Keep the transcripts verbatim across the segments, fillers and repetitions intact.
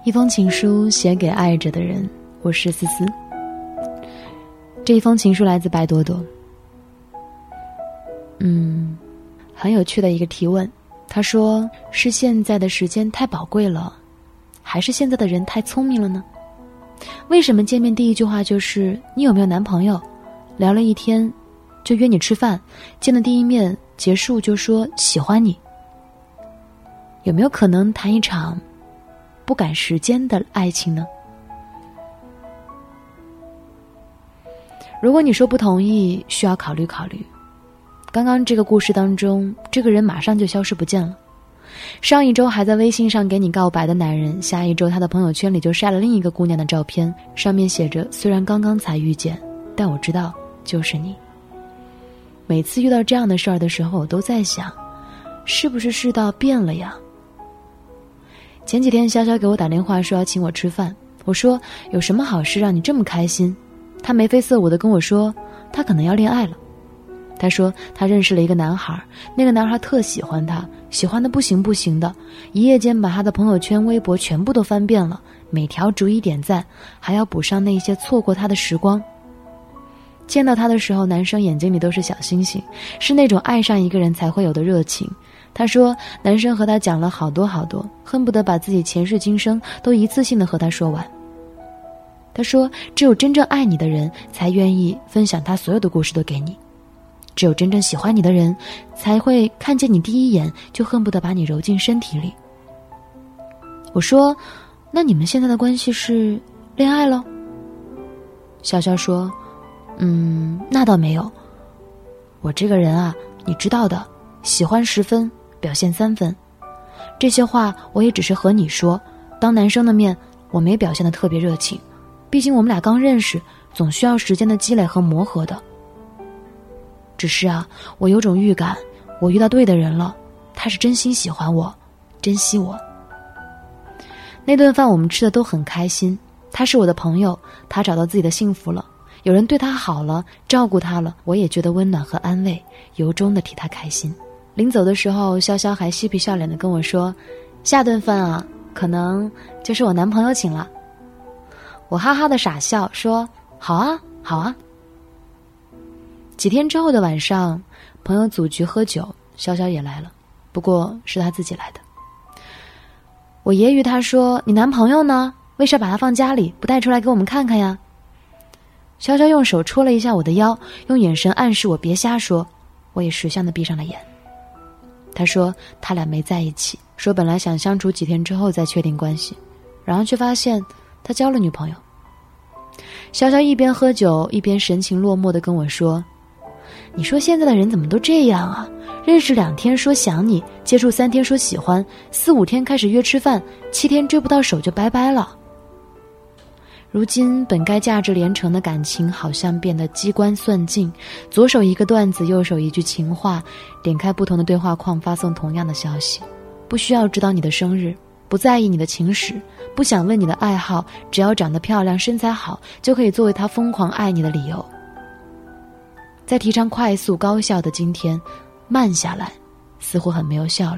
一封情书写给爱着的人，我是思思。这一封情书来自白朵朵。嗯，很有趣的一个提问。他说，是现在的时间太宝贵了，还是现在的人太聪明了呢？为什么见面第一句话就是你有没有男朋友，聊了一天就约你吃饭，见了第一面结束就说喜欢你？有没有可能谈一场不赶时间的爱情呢？如果你说不同意，需要考虑考虑。刚刚这个故事当中，这个人马上就消失不见了。上一周还在微信上给你告白的男人，下一周他的朋友圈里就晒了另一个姑娘的照片，上面写着虽然刚刚才遇见，但我知道就是你。每次遇到这样的事儿的时候，我都在想，是不是世道变了呀？前几天潇潇给我打电话说要请我吃饭，我说有什么好事让你这么开心？他眉飞色舞地跟我说他可能要恋爱了。他说他认识了一个男孩，那个男孩特喜欢他，喜欢的不行不行的，一夜间把他的朋友圈微博全部都翻遍了，每条逐一点赞，还要补上那些错过他的时光。见到他的时候，男生眼睛里都是小星星，是那种爱上一个人才会有的热情。他说男生和他讲了好多好多，恨不得把自己前世今生都一次性的和他说完。他说只有真正爱你的人才愿意分享他所有的故事都给你，只有真正喜欢你的人才会看见你第一眼就恨不得把你揉进身体里。我说那你们现在的关系是恋爱了？潇潇说嗯，那倒没有。我这个人啊，你知道的，喜欢十分，表现三分。这些话我也只是和你说，当男生的面我没表现得特别热情，毕竟我们俩刚认识，总需要时间的积累和磨合的。只是啊，我有种预感，我遇到对的人了，他是真心喜欢我，珍惜我。那顿饭我们吃的都很开心，他是我的朋友，他找到自己的幸福了，有人对他好了，照顾他了，我也觉得温暖和安慰，由衷的替他开心。临走的时候，潇潇还嬉皮笑脸的跟我说，下顿饭啊，可能就是我男朋友请了。我哈哈的傻笑说好啊好啊。几天之后的晚上，朋友组局喝酒，潇潇也来了，不过是他自己来的。我揶揄他说，你男朋友呢？为啥把他放家里，不带出来给我们看看呀？潇潇用手戳了一下我的腰，用眼神暗示我别瞎说，我也识相的闭上了眼。他说他俩没在一起，说本来想相处几天之后再确定关系，然后却发现他交了女朋友。潇潇一边喝酒一边神情落寞的跟我说，你说现在的人怎么都这样啊？认识两天说想你，接触三天说喜欢，四五天开始约吃饭，七天追不到手就拜拜了。如今本该价值连城的感情好像变得机关算尽，左手一个段子，右手一句情话，点开不同的对话框发送同样的消息，不需要知道你的生日，不在意你的情史，不想问你的爱好，只要长得漂亮身材好就可以作为他疯狂爱你的理由。在提倡快速高效的今天，慢下来似乎很没有效率。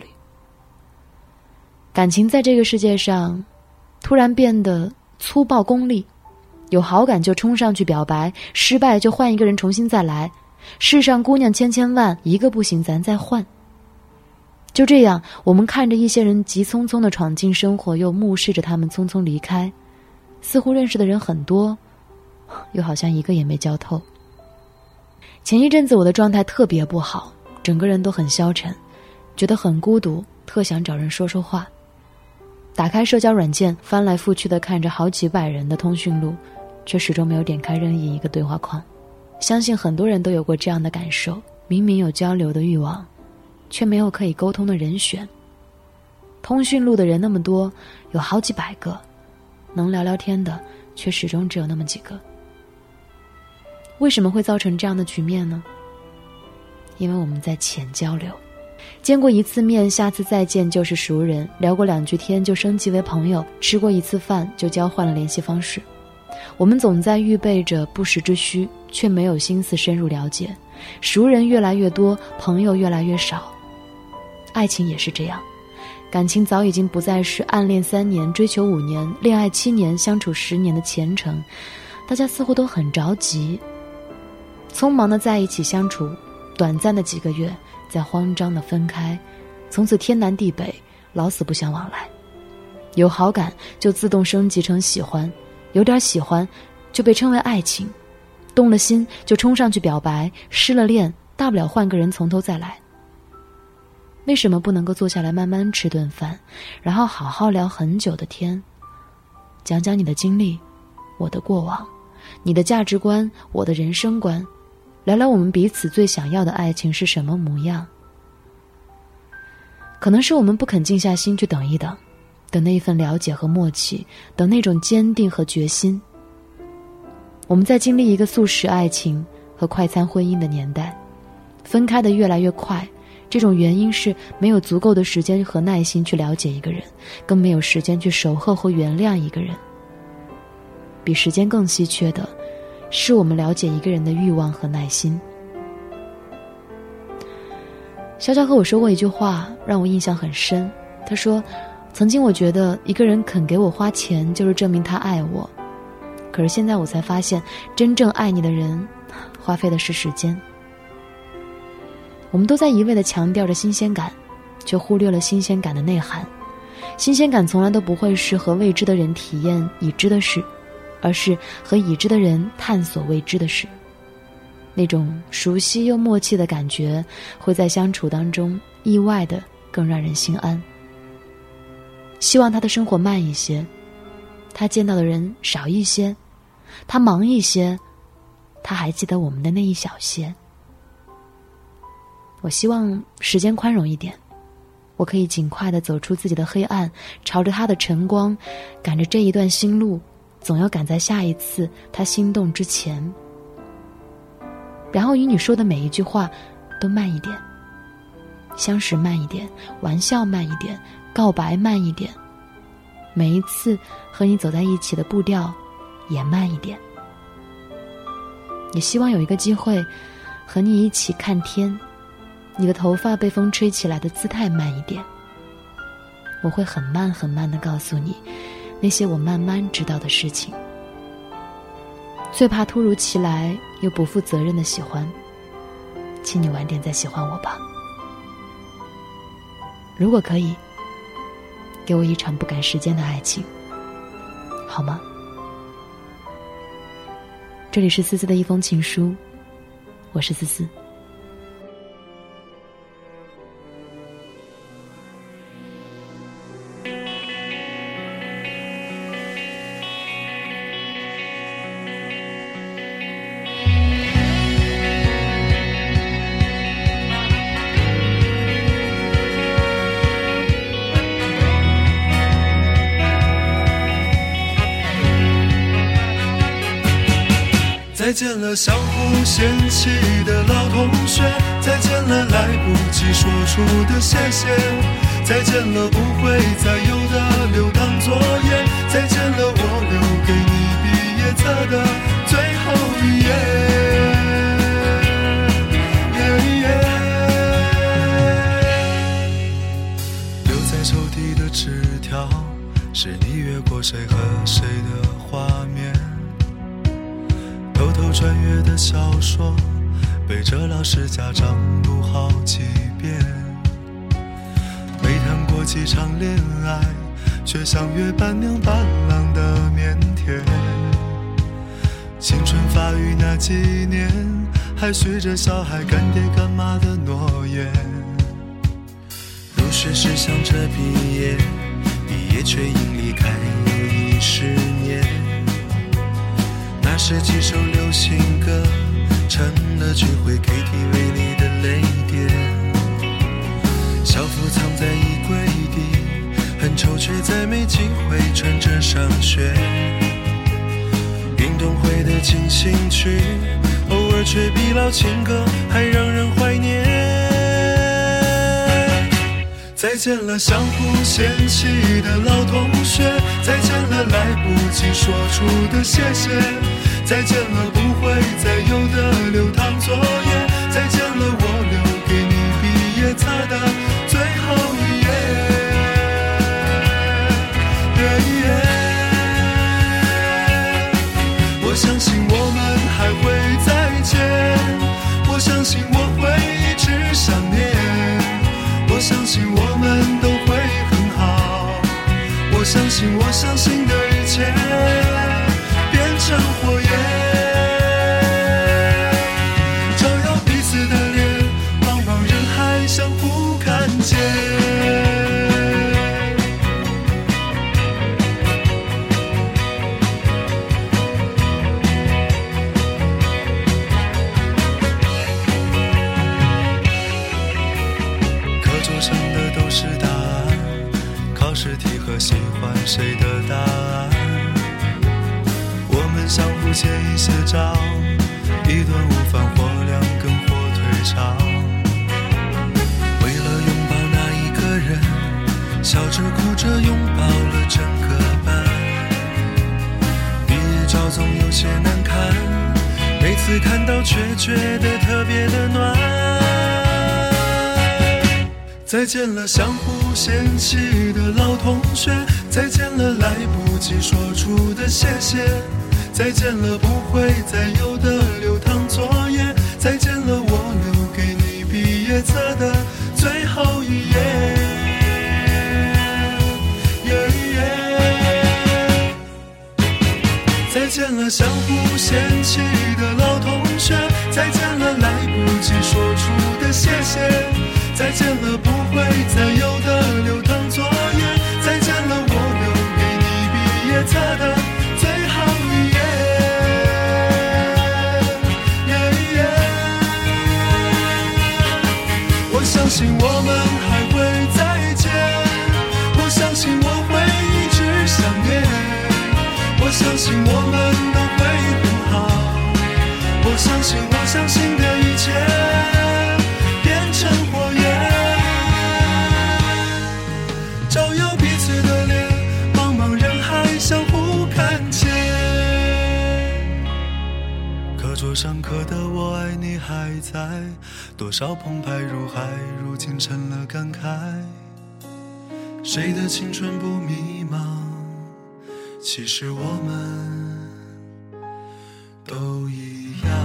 感情在这个世界上突然变得粗暴功利，有好感就冲上去表白，失败就换一个人重新再来，世上姑娘千千万，一个不行咱再换。就这样，我们看着一些人急匆匆地闯进生活，又目视着他们匆匆离开，似乎认识的人很多，又好像一个也没交透。前一阵子我的状态特别不好，整个人都很消沉，觉得很孤独，特想找人说说话。打开社交软件，翻来覆去地看着好几百人的通讯录，却始终没有点开任意一个对话框。相信很多人都有过这样的感受，明明有交流的欲望，却没有可以沟通的人选。通讯录的人那么多，有好几百个，能聊聊天的却始终只有那么几个。为什么会造成这样的局面呢？因为我们在浅交流，见过一次面，下次再见就是熟人，聊过两句天就升级为朋友，吃过一次饭就交换了联系方式。我们总在预备着不时之需，却没有心思深入了解。熟人越来越多，朋友越来越少。爱情也是这样，感感情早已经不再是暗恋三年、追求五年、恋爱七年、相处十年的前程，大家似乎都很着急，匆忙的在一起相处，短暂的几个月，再慌张的分开，从此天南地北，老死不相往来。有好感就自动升级成喜欢，有点喜欢就被称为爱情，动了心就冲上去表白，失了恋大不了换个人从头再来。为什么不能够坐下来慢慢吃顿饭，然后好好聊很久的天，讲讲你的经历，我的过往，你的价值观，我的人生观，聊聊我们彼此最想要的爱情是什么模样。可能是我们不肯静下心去等一等，等那一份了解和默契，等那种坚定和决心。我们在经历一个速食爱情和快餐婚姻的年代，分开的越来越快，这种原因是没有足够的时间和耐心去了解一个人，更没有时间去守候和原谅一个人。比时间更稀缺的是我们了解一个人的欲望和耐心。潇潇和我说过一句话让我印象很深，他说，曾经我觉得一个人肯给我花钱就是证明他爱我，可是现在我才发现，真正爱你的人花费的是时间。我们都在一味地强调着新鲜感，却忽略了新鲜感的内涵。新鲜感从来都不会是和未知的人体验已知的事，而是和已知的人探索未知的事。那种熟悉又默契的感觉，会在相处当中意外的更让人心安。希望他的生活慢一些，他见到的人少一些，他忙一些，他还记得我们的那一小些。我希望时间宽容一点，我可以尽快地走出自己的黑暗，朝着他的晨光，赶着这一段心路，总要赶在下一次他心动之前。然后与你说的每一句话都慢一点，相识慢一点，玩笑慢一点，告白慢一点，每一次和你走在一起的步调也慢一点。也希望有一个机会和你一起看天，你的头发被风吹起来的姿态慢一点，我会很慢很慢地告诉你那些我慢慢知道的事情。最怕突如其来又不负责任的喜欢，请你晚点再喜欢我吧。如果可以，给我一场不赶时间的爱情，好吗？这里是思思的一封情书，我是思思。 再见了相互嫌弃的老同学，再见了来不及说出的谢谢，再见了不会再有的留堂作业，再见了我留给你毕业册的最后一页。留在抽屉的纸条，是你越过谁和谁的画面，偷偷穿越的小说，背着老师家长读好几遍。没谈过几场恋爱，却像约伴娘伴郎的腼腆。青春发育那几年，还许着小孩干爹干妈的诺言。入学时想着毕业，毕业却因离开又已十年。那时几首流行歌成了聚会 K T V 里的泪点，校服藏在衣柜底，很丑却再没机会穿着上学。运动会的进行曲，偶尔却比老情歌还让人怀念。再见了相互嫌弃的老同学，再见了来不及说出的谢谢，再见了不会再有的留堂作业，再见了我留给你毕业册的最后一页。 相信我们还会再见，我相信我会一直想念，我相信我们都会很好，我相信我相信的一切变成火焰，照耀彼此的脸，茫茫人海相互看见。喜欢谁的答案，我们相互借一些招，一顿午饭或两根火腿肠，为了拥抱那一个人，笑着哭着拥抱了整个班，毕业照总有些难看，每次看到却觉得特别的暖，再见了相互嫌弃的老同学，再见了来不及说出的谢谢，再见了不会再有的流淌作业，再见了我留给你毕业册的最后一页。再见了相互嫌弃的老同学，再见了来不及说出的谢谢，再见了不会再有的流淌作业，再见了我留给你毕业册的最后一页。我相信我们还会再见，我相信我会一直想念，我相信我们都会很好，我相信我相信的一切变成火焰，照耀彼此的脸，茫茫人海相互看见。课桌上刻的我爱你还在，多少澎湃如海，如今成了感慨，谁的青春不迷茫，其实我们都一样。